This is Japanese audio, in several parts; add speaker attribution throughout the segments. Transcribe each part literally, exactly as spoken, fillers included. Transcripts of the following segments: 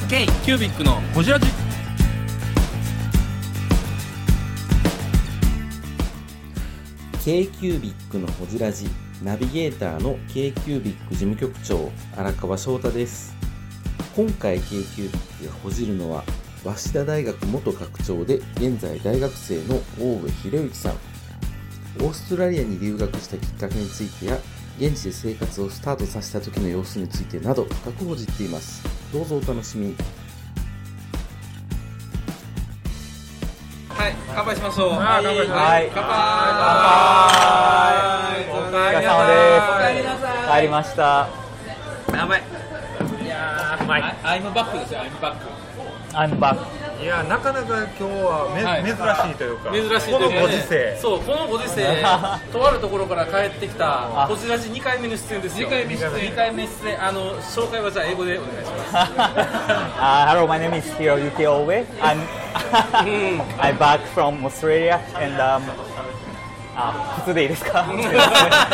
Speaker 1: K キュービックのホジラジ。
Speaker 2: K キュービックのホジラジナビゲーターの K キュービック事務局長荒川翔太です。今回 K キュービックがほじるのは早稲田大学元学長で現在大学生の大上博之さん。オーストラリアに留学したきっかけについてや現地で生活をスタートさせた時の様子についてなど深く報じっています。どうぞお楽しみに。
Speaker 1: はい、乾杯しましょう。
Speaker 3: はい、乾杯します。
Speaker 1: はい、乾杯。
Speaker 3: お疲れ様です。
Speaker 1: お帰りなさい。
Speaker 3: 帰りました。
Speaker 1: やばい。
Speaker 3: いやー、うまい。
Speaker 1: アイムバックですよ、アイムバック。
Speaker 3: I'm back。
Speaker 4: いやなかなか今日はめ、はい、珍しいというか
Speaker 1: 珍しいというか、ね、
Speaker 4: このご時世
Speaker 1: そうこのご時世とあるところから帰ってきたこちらじにかいめの出演ですよ。にかいめ出演にかいめ出演あの紹介はじゃあ英語でお願いします。
Speaker 3: uh, Hello, my name is Hiro Yuki Owe. I'm I'm back from Australia and um あ、普通でいいですか？大
Speaker 1: 上さんで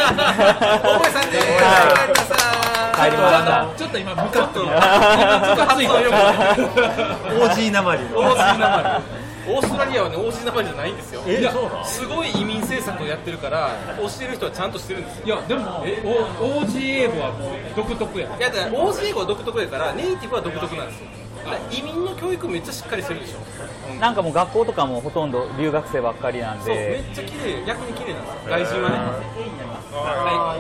Speaker 1: 帰りました。
Speaker 3: 帰りました。
Speaker 1: ちょっと今部下と今部下ついてる。
Speaker 4: オージーなまりの。
Speaker 1: オージーなまり。オーストラリアはねオージーなまりじゃないんですよ。
Speaker 4: え
Speaker 1: いやすごい移民政策をやってるから教える人はちゃんとしてるんですよ。
Speaker 5: いやでもオージー英語はもう独特や。
Speaker 1: いやだからオージー英語は独特やからネイティブは独特なんですよ。移民の教育めっちゃしっかりしてるでしょ。
Speaker 3: なんかもう学校とかもほとんど留学生ばっかりなんで。
Speaker 1: そうめっちゃ綺麗、逆に綺麗なんですよ。外人はね。はい。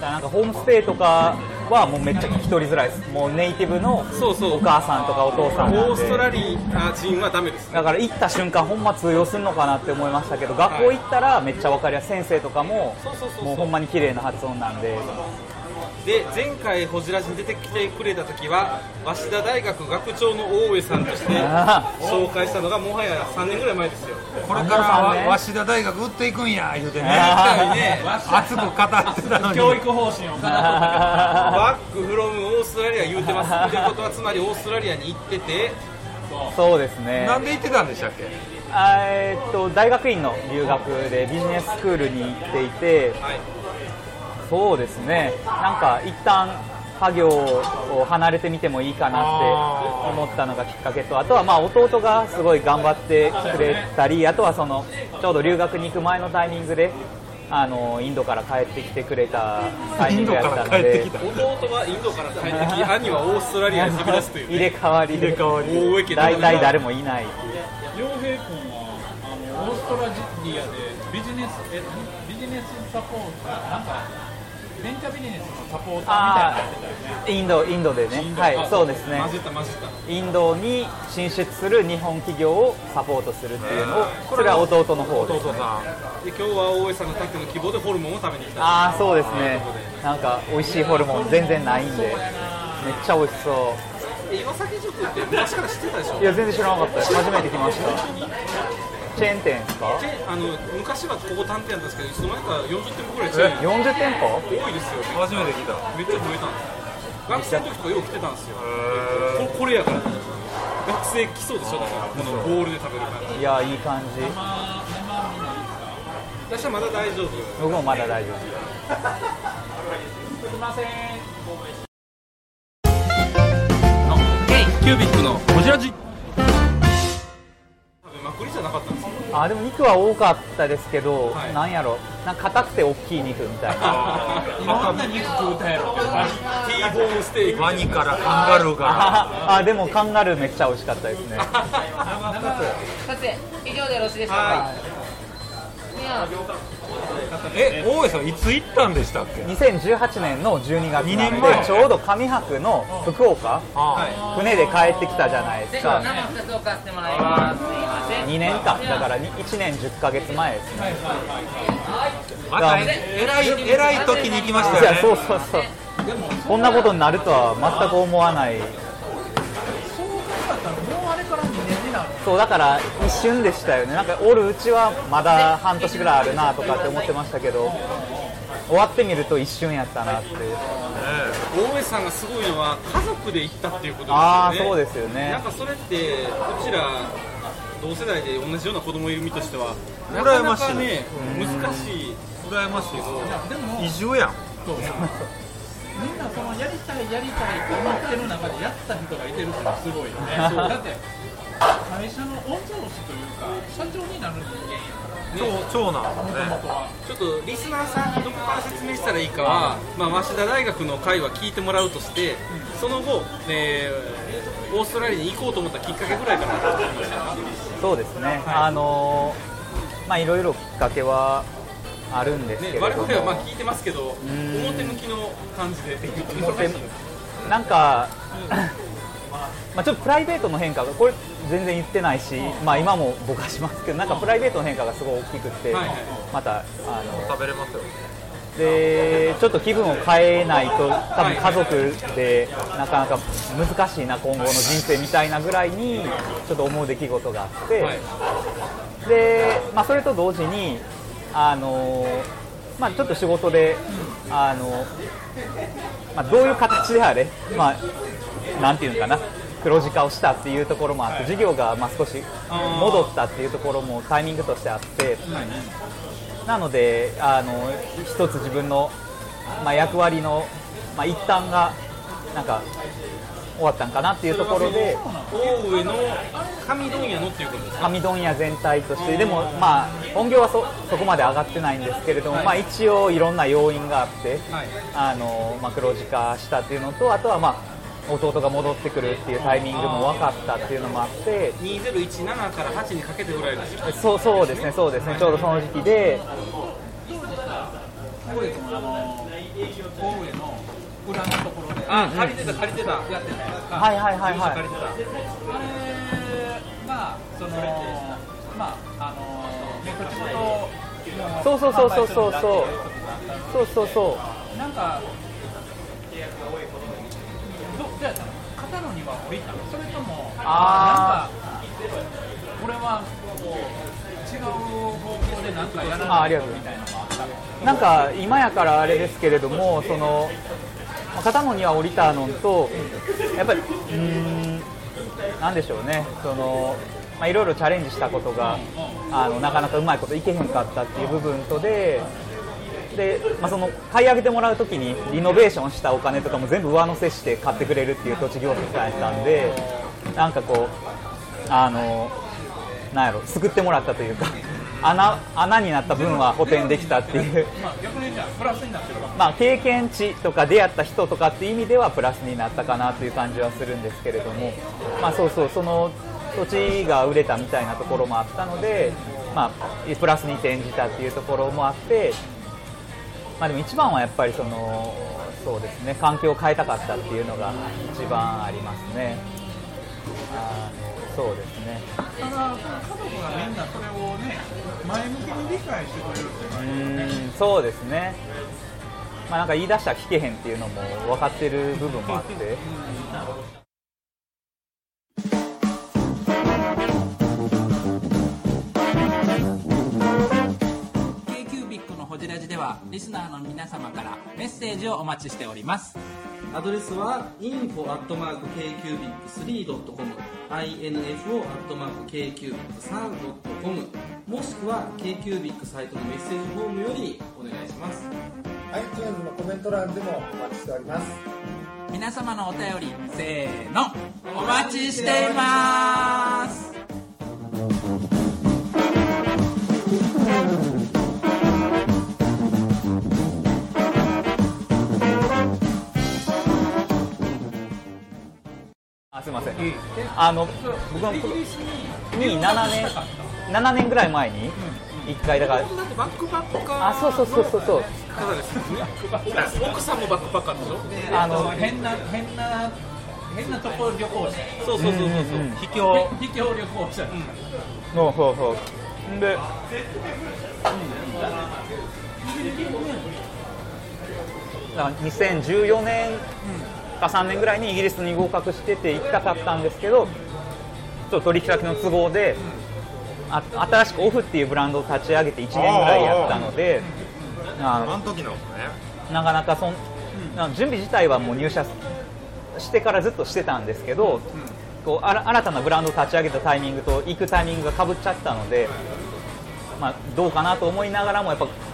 Speaker 3: なんかホームステイとかはもうめっちゃ聞き取りづらいです。もうネイティブの
Speaker 1: そうそう
Speaker 3: お母さんとかお父さんなんで。
Speaker 1: オーストラリア人はダメです、ね。
Speaker 3: だから行った瞬間ほんま通用するのかなって思いましたけど、学校行ったらめっちゃ分かりやすい。先生とかももうほんまに綺麗な発音なんで。
Speaker 1: で前回ホジラジに出てきてくれた時は早稲田大学学長の大上さんとして紹介したのがもはやさんねんぐらい前ですよ。
Speaker 4: これからは早稲田大学売っていくんや言うてね
Speaker 1: ね
Speaker 4: 熱く語ってたのに
Speaker 5: 教育方針を語ってた。
Speaker 1: バックフロムオーストラリア言うてますってことはつまりオーストラリアに行ってて。
Speaker 3: そうですね。
Speaker 4: なんで行ってたんでしたっけ？
Speaker 3: えーっと大学院の留学でビジネススクールに行っていて、はい、そうですね。なんか一旦家業を離れてみてもいいかなって思ったのがきっかけと、あとはまあ弟がすごい頑張ってくれたり、あとはそのちょうど留学に行く前のタイミングであのインドから帰ってきてくれたタイミングやったので、
Speaker 1: 弟はインドから帰ってき、兄はオーストラリアに飛び出すという、ね、
Speaker 3: 入れ替わりで大体誰もいない。
Speaker 5: 陽平君はあのオーストラリアでビジネスえビジネスサポートなんかベンチャービジネスのサポーターみたいなのやってたよね。
Speaker 3: インドインドでね、はい、そうですね。
Speaker 1: 混じった混じった。
Speaker 3: インドに進出する日本企業をサポートするっていうのを、それは弟の方です、ね。
Speaker 1: 弟さん。で今日は大江さんのたっての希望でホルモンを食べに来た。
Speaker 3: ああそうですね。なんか美味しいホルモン全然ないんで、めっちゃ美味しそう。
Speaker 1: 岩崎塾って昔から知ってたでしょ？
Speaker 3: いや全然知らなかったです。初めて来ました。チェーン店ですか？
Speaker 1: あの昔はここ単店なんですけど、いつの間にかよんじゅってんぽぐらいチェーン。
Speaker 3: よんじゅってんぽ？
Speaker 1: 多いですよ。
Speaker 4: 初めて聞いた。
Speaker 1: めっちゃ増えたんです。学生の時とかよう来てたんですよ。こ, これやから。学生来そうでしょ。だからこのボールで食べる感じ。
Speaker 3: いやいい感じ。
Speaker 1: 私はまだ大丈夫。
Speaker 3: 僕もまだ大丈夫。
Speaker 5: すいません。
Speaker 1: キュービックのホジラジ。マクリじゃなかったんですか？
Speaker 3: あでも肉は多かったですけど、
Speaker 1: はい、
Speaker 3: なんやろ、なんか硬くて大きい肉みたいな。
Speaker 5: いろんな肉食うたやろ。
Speaker 1: ティーボーンステーキ。
Speaker 4: ワニからカンガルーから。
Speaker 3: あでもカンガルーめっちゃ美味しかったですね。
Speaker 6: さて以上でよろしいでしょうか。
Speaker 1: はい
Speaker 4: え、大江さんいつ行ったんでしたっけ？
Speaker 3: にせんじゅうはちねんのじゅうにがつなんで、
Speaker 4: にねんまえ
Speaker 3: ちょうど上白の福岡、はい、船で帰ってきたじゃないですか。
Speaker 6: 生ふたつ置かせてもらいます。すいません。
Speaker 3: にねんか、だからいちねんじゅっかげつまえですね。
Speaker 4: またえらいえらい時に行きましたよね。
Speaker 3: いやそうそうそう。こんなことになるとは全く思わない。そうだから一瞬でしたよね。なんかおるうちはまだ半年ぐらいあるなとかって思ってましたけど、終わってみると一瞬やったなって。
Speaker 1: 大江さんがすごいのは家族で行ったっていうことですよね。
Speaker 3: ああそうですよね。
Speaker 1: なんかそれってうちら同世代で同じような子供いる身としてはな
Speaker 4: 羨
Speaker 1: かな
Speaker 4: ましい
Speaker 1: かね難しい。
Speaker 4: 羨ましいけど移住やん。
Speaker 5: みんなそのやりたいやりたいと思ってる中でやった人がいてるってのはすごいよねだって会社の御曹司というか社長になる人間や
Speaker 4: 長男ですね。
Speaker 1: ちょっとリスナーさんにどこから説明したらいいかは、まあ、早稲田大学の会話聞いてもらうとして、その後、えー、オーストラリアに行こうと思ったきっかけぐらいから
Speaker 3: そうですね、はい、あのー、まあいろいろきっかけはあるんですけれども、ね、
Speaker 1: 我々はまあ聞いてますけど、表向きの感じで
Speaker 3: 表なんかまあちょっとプライベートの変化がこれ全然言ってないし、まあ今も僕はしますけど、なんかプライベートの変化がすごい大きくて、またあの
Speaker 4: 食べれますよ。
Speaker 3: でちょっと気分を変えないと多分家族でなかなか難しいな今後の人生みたいなぐらいにちょっと思う出来事があって、でまあそれと同時にあのまあちょっと仕事であのまあどういう形であれまあなんていうのかな。黒字化をしたっていうところもあって事業がまあ少し戻ったっていうところもタイミングとしてあって、なのであの一つ自分の、まあ、役割の、まあ、一端がなんか終わったんかなっていうところで
Speaker 1: 大上の紙問屋のっていうことですか。
Speaker 3: 紙問屋全体としてでもまあ本業は そ, そこまで上がってないんですけれども、はい、まあ、一応いろんな要因があって、はい、あのまあ、黒字化したっていうのとあとはまあ弟が戻ってくるっていうタイミングも分かったっていうのもあって
Speaker 1: にせんじゅうななからはちにかけてぐらいですか。
Speaker 3: そうそうですねそうですねちょうどその時期で
Speaker 5: 大上君あの大上の裏のところで
Speaker 1: あ、借りてた借りてたやって
Speaker 3: たはいはいはいはい
Speaker 5: 借りてたあれがそのまああのネットチケット
Speaker 3: そうそうそうそうそうそうそうそうそう
Speaker 5: なんかどうやったの片野には降りたのそれともあなんか俺は違う方向でなんかやらないとみたいなのがあったの
Speaker 3: なんか今やからあれですけれどもその片野には降りたのとやっぱりうーんなんでしょうねそのまあいろいろチャレンジしたことがあのなかなかうまいこといけへんかったっていう部分とでで、まあ、その買い上げてもらうときにリノベーションしたお金とかも全部上乗せして買ってくれるっていう土地業者さんやったんでなんかこうあのなんやろ救ってもらったというか穴, 穴になった分は補填できたっていう
Speaker 5: まあ逆にじゃあプラスになってるわけ、
Speaker 3: まあ、経験値とか出会った人とかっていう意味ではプラスになったかなという感じはするんですけれども、まあ、そうそうその土地が売れたみたいなところもあったので、まあ、プラスに転じたっていうところもあってまあ、でも一番はやっぱりそのそうですね環境を変えたかったっていうのが一番ありますね。あのそうですね
Speaker 5: ただ家族がみんなそれをね前向きに理解してくれるっていうのは、ね、
Speaker 3: うんそうですね、まあ、なんか言い出したら聞けへんっていうのも分かってる部分もあって
Speaker 6: ホジラジではリスナーの皆様からメッセージをお待ちしております。
Speaker 1: アドレスは インフォ アットマーク ケーキュービックスリー ドットコム インフォ アットマーク ケーキュービックスリー ドットコム もしくは K-Cubic サイトのメッセージフォームよりお願いします。
Speaker 7: iTunes のコメント欄でもお待ちしております。
Speaker 6: 皆様のお便りせーのお待ちしています。
Speaker 3: あすみません、あの僕のにななねんななねんぐらい前にいっかいだから
Speaker 1: バックパッカー
Speaker 3: あそうそうそうそうそう
Speaker 1: 方ですね奥さんもバックパッカーでしょ
Speaker 5: あの変な変な変なところ旅行者
Speaker 1: そうそうそうそう
Speaker 5: 秘境秘境旅行者そう
Speaker 3: そうそうでだからにせんじゅうよねんかさんねんぐらいにイギリスに合格してて行きたかったんですけどちょっと取引先の都合であ新しくオフっていうブランドを立ち上げていちねんぐらいやったので
Speaker 4: あの時のね
Speaker 3: なかなかそん準備自体はもう入社してからずっとしてたんですけどこう新たなブランドを立ち上げたタイミングと行くタイミングがかぶっちゃったので、まあ、どうかなと思いながらもやっぱ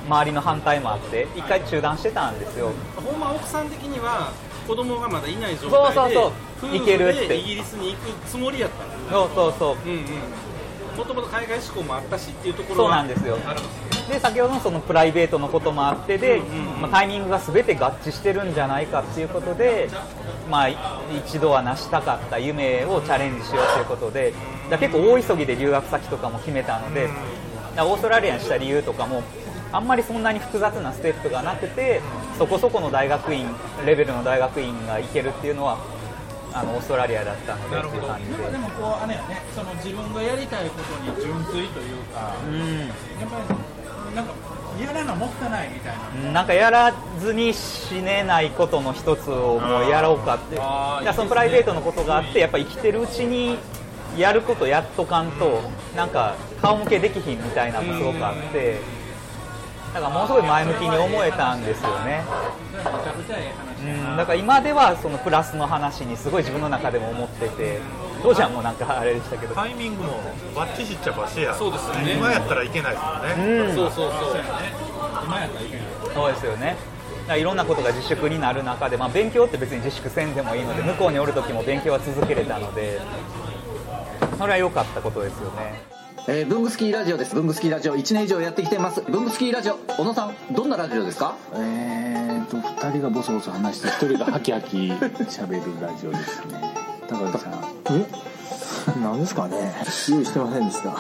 Speaker 3: 周りの反対もあって一回中断してたんですよ。
Speaker 1: ほんま奥さん的には子供がまだいない状態で
Speaker 3: そうそうそう
Speaker 1: 夫婦
Speaker 3: 行けるって
Speaker 1: でイギリスに行くつもりやったんです。
Speaker 3: そうそうそう、
Speaker 1: うんうん、もともと海外志向もあったしっていうところ
Speaker 3: そう
Speaker 1: は
Speaker 3: なんですよ。
Speaker 1: あるんです
Speaker 3: で先ほどのそのプライベートのこともあってで、
Speaker 1: うんうんうん
Speaker 3: まあ、タイミングが全て合致してるんじゃないかっていうことで、まあ、一度は成したかった夢をチャレンジしようということで、だから結構大急ぎで留学先とかも決めたので、だからオーストラリアにした理由とかもあんまりそんなに複雑なステップがなくて、そこそこの大学院レベルの大学院が行けるっていうのはあのオーストラリアだったのでっていう感じで。
Speaker 5: なんかでもこうあれやね、その自分がやりたいことに純粋というか、
Speaker 3: うん
Speaker 5: やっぱりなんかやらなもったいないみたいな。
Speaker 3: なんかやらずに死ねないことの一つをもうやろうかって、
Speaker 5: あー
Speaker 3: いやそのプライベートのことがあって、やっぱ生きてるうちにやることやっとかんと、なんか顔向けできひんみたいなのがすごくあって、だからものすごい前向きに思えたんですよね。
Speaker 5: めちゃくちゃええ話。
Speaker 3: うんだから今ではそのプラスの話にすごい自分の中でも思ってて、当時はもうなんかあれでしたけど、
Speaker 8: タイミングもバッチシっちゃバッチや。
Speaker 1: そうですよね。
Speaker 8: 今やったらいけないですよね。
Speaker 3: うん
Speaker 1: そうそうそう。
Speaker 5: 今やったらいけない。
Speaker 3: そうですよね。だからいろんなことが自粛になる中で、まあ、勉強って別に自粛せんでもいいので、向こうにおる時も勉強は続けれたので、それは良かったことですよね。
Speaker 9: えー、ブングスキーラジオです。ブングスキーラジオいちねん以上やってきてます。ブングスキーラジオ、小野さん、どんなラジオですか？
Speaker 10: えーとふたりがボソボソ話してひとりがハキハキ喋るラジオですね。高橋さん、えなんですかね、用意してませんでした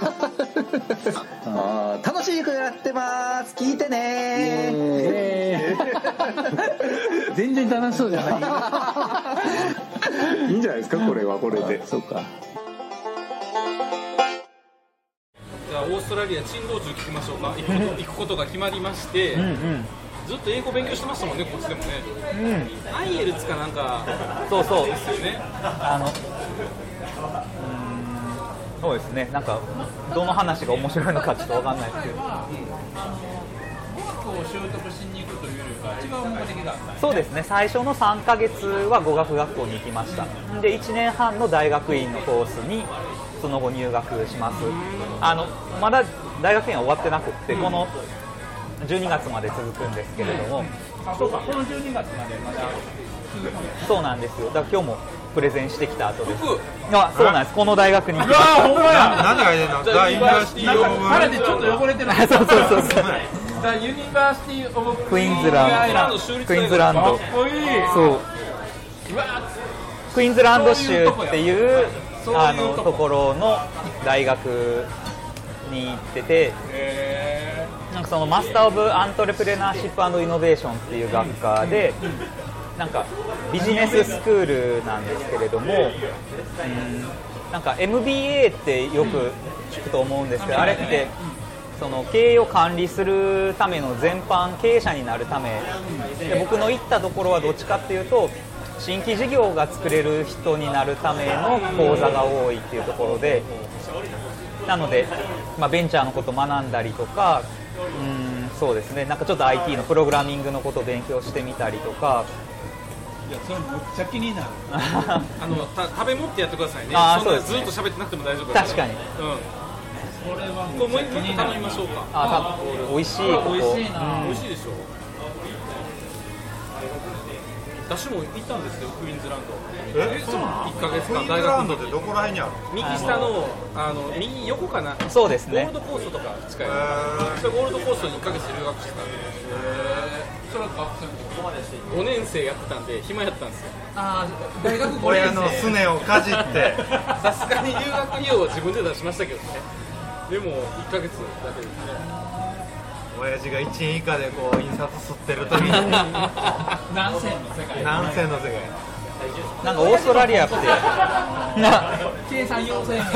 Speaker 9: あー楽しくやってます。聞いてねー
Speaker 10: 全然楽しそうじゃないいいんじゃないですか、これはこれで。そうか。
Speaker 1: じゃあオーストラリア珍道中聞きましょうか。行くこと行くことが決まりまして、
Speaker 3: うんうん
Speaker 1: ずっと英語勉強してましたもんね、こっちでもね。
Speaker 3: うん、
Speaker 1: アイエルツかなんか
Speaker 3: そうそう
Speaker 1: ですよね。
Speaker 3: あのうーんそうですね、なんかどの話が面白いのかちょっと分かんないですけど、
Speaker 5: 語学を習得しに行くというよりか違う目的があった。
Speaker 3: そうですね、最初のさんかげつは語学学校に行きました。でいちねんはんの大学院のコースにその後入学します。あのまだ大学院は終わってなくって、このじゅうにがつまで続くんですけれども、
Speaker 5: あ、そうか、このじゅうにがつまでまだ続くんです。
Speaker 3: そうなんですよ。だから今日もプレゼンしてきた後です。
Speaker 1: 僕
Speaker 3: あ、そうなんです。この大学に行き
Speaker 5: うわ
Speaker 3: ました。
Speaker 5: ー、ほんまや。
Speaker 8: 何が出てんの？ザ・ユニバーシティ・オブ・
Speaker 5: 彼でちょっと汚れてる。
Speaker 3: そうそうそうそう。
Speaker 5: ザ・ユニバーシティ・オブ・
Speaker 3: クイーンズランド、クイーンズランド。
Speaker 5: かっこいい。
Speaker 3: そう。
Speaker 5: うわ
Speaker 3: クイーンズランド州っていう
Speaker 5: そういうとこや
Speaker 3: あのところの大学に行ってて、
Speaker 5: へ
Speaker 3: なんかそのマスター・オブ・アントレプレナーシップ・アンド・イノベーションっていう学科で、なんかビジネススクールなんですけれども、うんなんか エムビーエー ってよく聞くと思うんですけど、あれってその経営を管理するための全般経営者になるためで、僕の行ったところはどっちかっていうと新規事業が作れる人になるための講座が多いっていうところで、なので、まあ、ベンチャーのこと学んだりとか、うんそうですね、なんかちょっと アイティー のプログラミングのことを勉強してみたりとか。
Speaker 5: いや、それめっちゃ気になる。
Speaker 1: あのた食べ持ってやってくださいね。
Speaker 3: あー
Speaker 1: そんな
Speaker 3: そうですね
Speaker 1: ずっと喋ってなくても大丈夫です。
Speaker 3: 確かに。
Speaker 1: うん。
Speaker 5: それは
Speaker 1: これもう一
Speaker 5: めっちゃ気になる。
Speaker 1: 個頼みましょうか。
Speaker 3: あ、多分美味しいここ。
Speaker 5: 美味しいな
Speaker 3: うん
Speaker 1: 美味しいでしょ。私も行ったんですよ、クイーンズランド。
Speaker 8: え、そうなの？
Speaker 1: いっかげつかん
Speaker 8: クイーンズ
Speaker 1: 大学の時
Speaker 8: ランドってどこら辺にあるの？
Speaker 1: 右下のあの右横かな。
Speaker 3: そうですね
Speaker 1: ゴールドコーストとか近い。
Speaker 8: へー
Speaker 1: それゴールドコーストにいっかげつ留学してたんで。
Speaker 5: それは学生の
Speaker 1: ごねん生やってたんで暇やったんですよ。
Speaker 5: ああ、大学ごねん
Speaker 8: 親のすねをかじって
Speaker 1: さすがに留学費用は自分で出しましたけどね。でもいっかげつだけですね。
Speaker 8: 親父がいちえん以下でこう印刷吸ってる時に
Speaker 5: 何千の世界。
Speaker 8: 何千の世界。
Speaker 3: なんかオーストラリアってな
Speaker 5: 計算要請。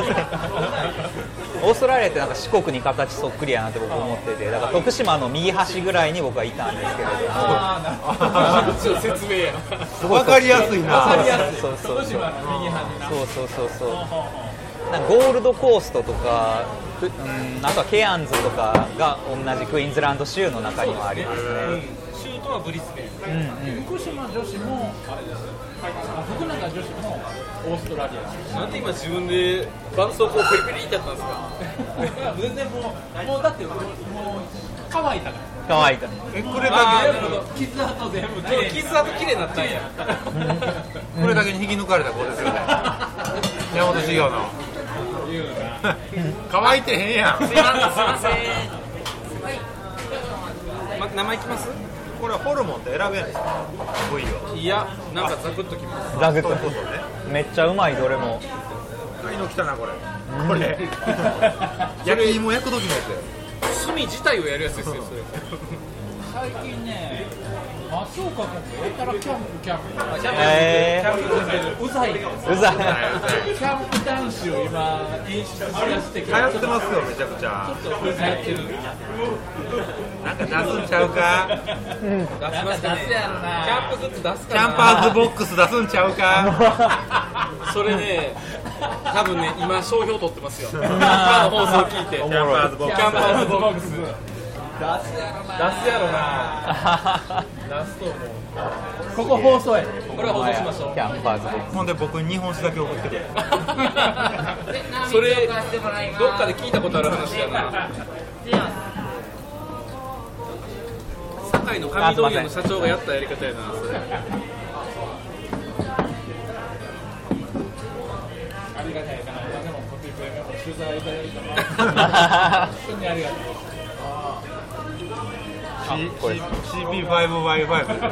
Speaker 3: オーストラリアってなんか四国に形そっくりやなって僕思ってて、だから徳島の右端ぐらいに僕はいたんですけれども、
Speaker 5: ああ、なるほど。
Speaker 1: 説明や。
Speaker 8: わかりやすいな。
Speaker 5: わかりやすい。
Speaker 3: そうそうそう
Speaker 5: 徳島の右端な。
Speaker 3: そうそうそうそう。なんかゴールドコーストとか、くうんあとはケアンズとかが同じクイーンズランド州の中にはありますね。
Speaker 1: 州都はブリスベン。
Speaker 3: うんうん。
Speaker 5: 福島女子もあれです。あ、福永女子もオーストラリア。
Speaker 1: なんで今自分で絆創膏をペリペリってやったんですか。
Speaker 5: いや全然もうもうだってもう乾いたから
Speaker 3: 乾いた
Speaker 8: えこれ
Speaker 5: あ
Speaker 8: だ
Speaker 5: ーなるほど傷跡全部
Speaker 1: でも傷跡綺麗になったんや
Speaker 8: けこれだけに引き抜かれた子ですよね山本修行の乾いてへんやん
Speaker 1: すいませんま、名前いきます？
Speaker 8: これホルモンって選べないですか部位を
Speaker 1: いや、なんかザクッときます
Speaker 3: ザクッと
Speaker 8: そういうことね
Speaker 3: めっちゃうまいどれも
Speaker 8: いいの来たなこれこれ焼き芋焼く時のやつ
Speaker 1: 炭自体をやるやつですよそれ
Speaker 5: 最近ね松岡君がやたらキャンプキャンプ
Speaker 3: え
Speaker 5: うざい
Speaker 3: ー、うざい
Speaker 5: キャンプ男子を今演出しだして
Speaker 8: 流行ってますよめちゃくちゃ
Speaker 5: ちょっとうざってる
Speaker 8: なんか出すんちゃうか
Speaker 1: 出しますかねキャンプグッズ出すかな
Speaker 8: キャンパーズボックス出すんちゃうか
Speaker 1: それね多分ね今商標取ってますよ今の放送聞いてキャンパーズボックスキャンパーズボックス出すやろな出すと思う
Speaker 5: ここ放送や
Speaker 1: これは放送しましょう
Speaker 3: キャンパーズボックス
Speaker 8: ほんで僕に日本酒だけ送ってくる
Speaker 1: それどっかで聞いたことある話だな堺の上問屋の社長がやったやり方やなそれ
Speaker 5: ありがたいかなでもコピープレミアム取材いただいた本当にありがとう
Speaker 8: シーピーファイブワイファイブ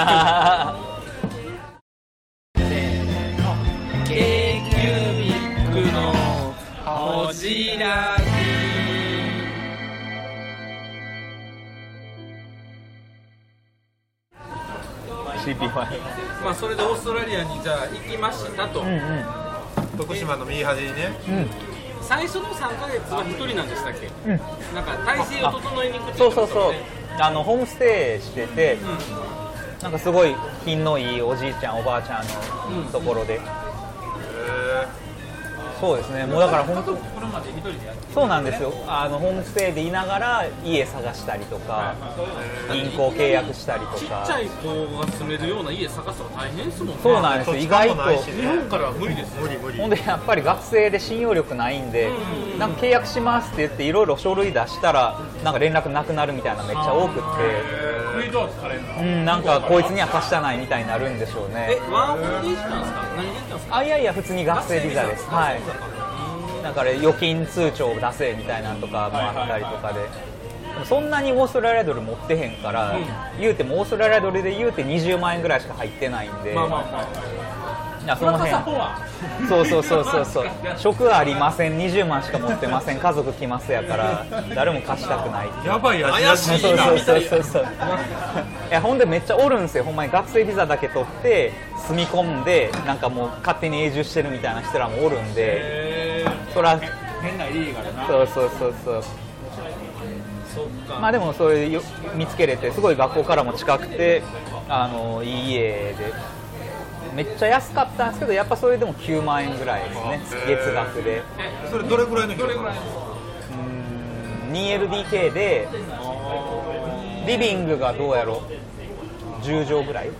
Speaker 1: k キュービックのほじらじ
Speaker 3: シーピーファイブ
Speaker 1: まあそれでオーストラリアにじゃあ行きましたと、
Speaker 3: うんうん
Speaker 8: 徳島の右端にね、
Speaker 3: うん、
Speaker 1: 最初のさんかげつはひとりなんでしたっけ、
Speaker 3: うん、
Speaker 1: なんか体勢を整えに行くって
Speaker 3: そうそうそうあのホームステイしてて、うん、なんかすごい品のいいおじいちゃんおばあちゃんのところで、うん、そうですねもうだから本当そうなんですよあのホームステイでいながら家探したりとか銀行契約したりとか
Speaker 1: ちっちゃい子が住めるような家探すの大変ですもんね
Speaker 3: そうなんですよ意外と
Speaker 1: 日本からは無理です
Speaker 8: 無理無理
Speaker 3: ほんでやっぱり学生で信用力ないんで、うん、なんか契約しますって言っていろいろ書類出したらなんか連絡なくなるみたいなのめっちゃ多くって
Speaker 5: フリードア使れるの
Speaker 3: うんなんかこいつには貸したないみたいになるんでしょうね
Speaker 1: えワーホリで行ったんですか何で行ったんですか
Speaker 3: あいやいや普通に学生ビザですはいだから預金通帳を出せみたいなのとかもあったりとかで、でもそんなにオーストラリアドル持ってへんから、うん、言うてもオーストラリアドルで言うてにじゅうまんえんぐらいしか入ってないんで、まあまあまあ、いやその辺そうそうそうそうそう職ありませんにじゅうまんしか持ってません家族来ますやから誰も貸したくない
Speaker 8: やばいや
Speaker 1: 怪しいな
Speaker 3: そうそうそうそういやほんでめっちゃおるんですよほんまに学生ビザだけ取って住み込んでなんかもう勝手に永住してるみたいな人らもおるんでそら
Speaker 5: 変なイリーガルな
Speaker 3: そうそうそうそうまあでもそれ見つけれてすごい学校からも近くてあのいい家でめっちゃ安かったんですけどやっぱそれでもきゅうまんえんぐらいですね月額で
Speaker 8: それどれぐらいの広さ？
Speaker 3: うーん にエルディーケー でリビングがどうやろじゅうじょうぐらい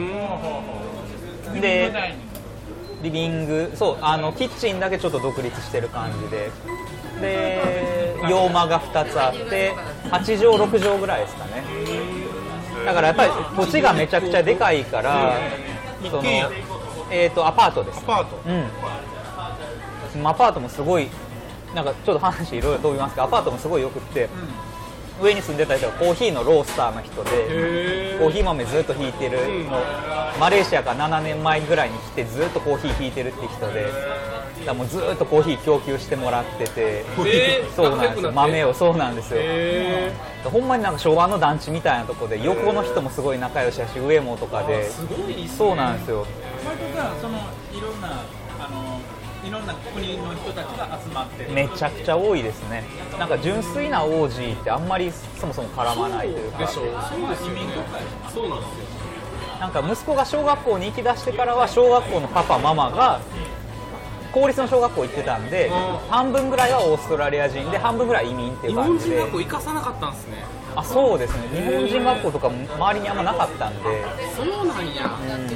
Speaker 3: でリビングそうあのキッチンだけちょっと独立してる感じでで洋間がふたつあってはちじょうろくじょうぐらいですかねだからやっぱり土地がめちゃくちゃでかいからそのえーとアパートです
Speaker 8: アパート
Speaker 3: うんアパートもすごいなんかちょっと話いろいろ飛びますけどアパートもすごいよくって、うん、上に住んでた人がコーヒーのロースターの人でコーヒー豆ずっとひいてるのマレーシアからななねんまえぐらいに来てずっとコーヒーひいてるって人でだからもうずっとコーヒー供給してもらっててそうなんですよ豆をそうなんですよほんまになんか昭和の団地みたいなとこで横の人もすごい仲良しだし上もとかです
Speaker 1: ごい
Speaker 3: そうなんですよ
Speaker 5: 割とさそのいろんなあのいろんな国の人たちが集まってる
Speaker 3: めちゃくちゃ多いですねなんか純粋なオージーってあんまりそもそも絡まないというか
Speaker 1: そうでしょそうです移民とかそうなんですよ
Speaker 3: なんか息子が小学校に行き出してからは小学校のパパママが公立の小学校行ってたんで半分ぐらいはオーストラリア人で半分ぐらい移民っていう感じで
Speaker 1: 日本人学校行かさなかったんですね
Speaker 3: あそうですね日本人学校とか周りにあんまなかったんで
Speaker 1: そうなんや、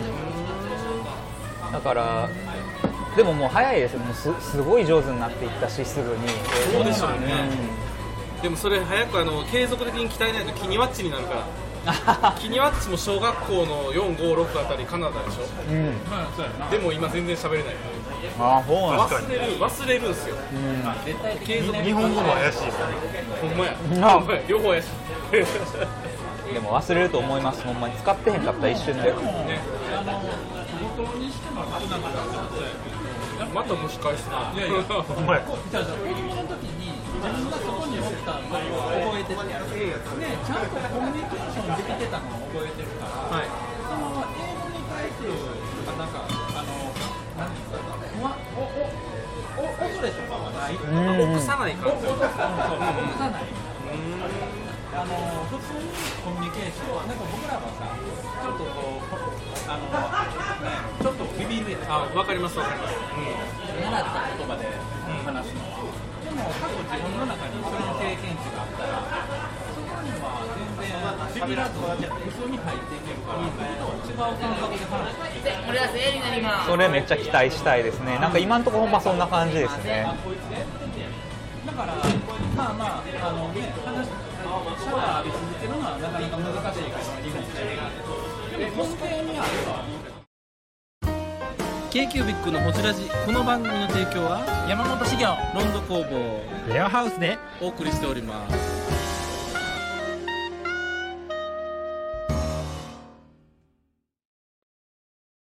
Speaker 3: うん、だからでももう早いですよもう す, すごい上手になっていったしすぐに
Speaker 1: そうでしょうね、 でもそれ早くあの継続的に鍛えないとキニワッチになるからキニワッチも小学校のよん、ご、ろくあたりカナダでしょ、うん、でも今全然喋れない。
Speaker 3: あ、そうなん
Speaker 1: 忘れる忘れるんすよ、うん、継続
Speaker 8: 日本語も怪しいですね。
Speaker 1: ほんまや、ほんまや、両方怪しい
Speaker 3: でも忘れると思います。ほんまに使ってへんかったら一瞬で、ね、
Speaker 5: あの冒頭にしても少なくなってますよ。
Speaker 1: また蒸し返すな。
Speaker 5: いやいや、ほんまや。子供の時に自分がそこにおったのを覚えてて、でちゃんとコミュニケーションできてたのを覚えてるから、はい、その英語に対するなんかあのなんですか、おおおお恐れとかはない。
Speaker 1: 臆さない感じ。
Speaker 5: そうそう、臆さない。あの普通にコミュニケーション、なんか僕らはさ、ちょっとこうあの、ね、ちょっとビビるやつ。
Speaker 1: あ、わかりますわかります。
Speaker 5: うん、習った言葉で話すのは、うん、でも過去自分の中にそれの経験値があったら、そこには全然ビビらず普通に入っていけるから、違う感覚で話していける。
Speaker 3: それめっちゃ期待したいですね。なんか今のところほんまそんな感じですね。
Speaker 5: だからまあまああのね、話シャワー浴び続けるのはなかなか難しいから日本で。でも根底にあるわ。
Speaker 1: k q b i c のホジラジ、この番組の提供は
Speaker 6: 山本修行
Speaker 1: ロンド工房
Speaker 6: レアハウスで
Speaker 1: お送りしております。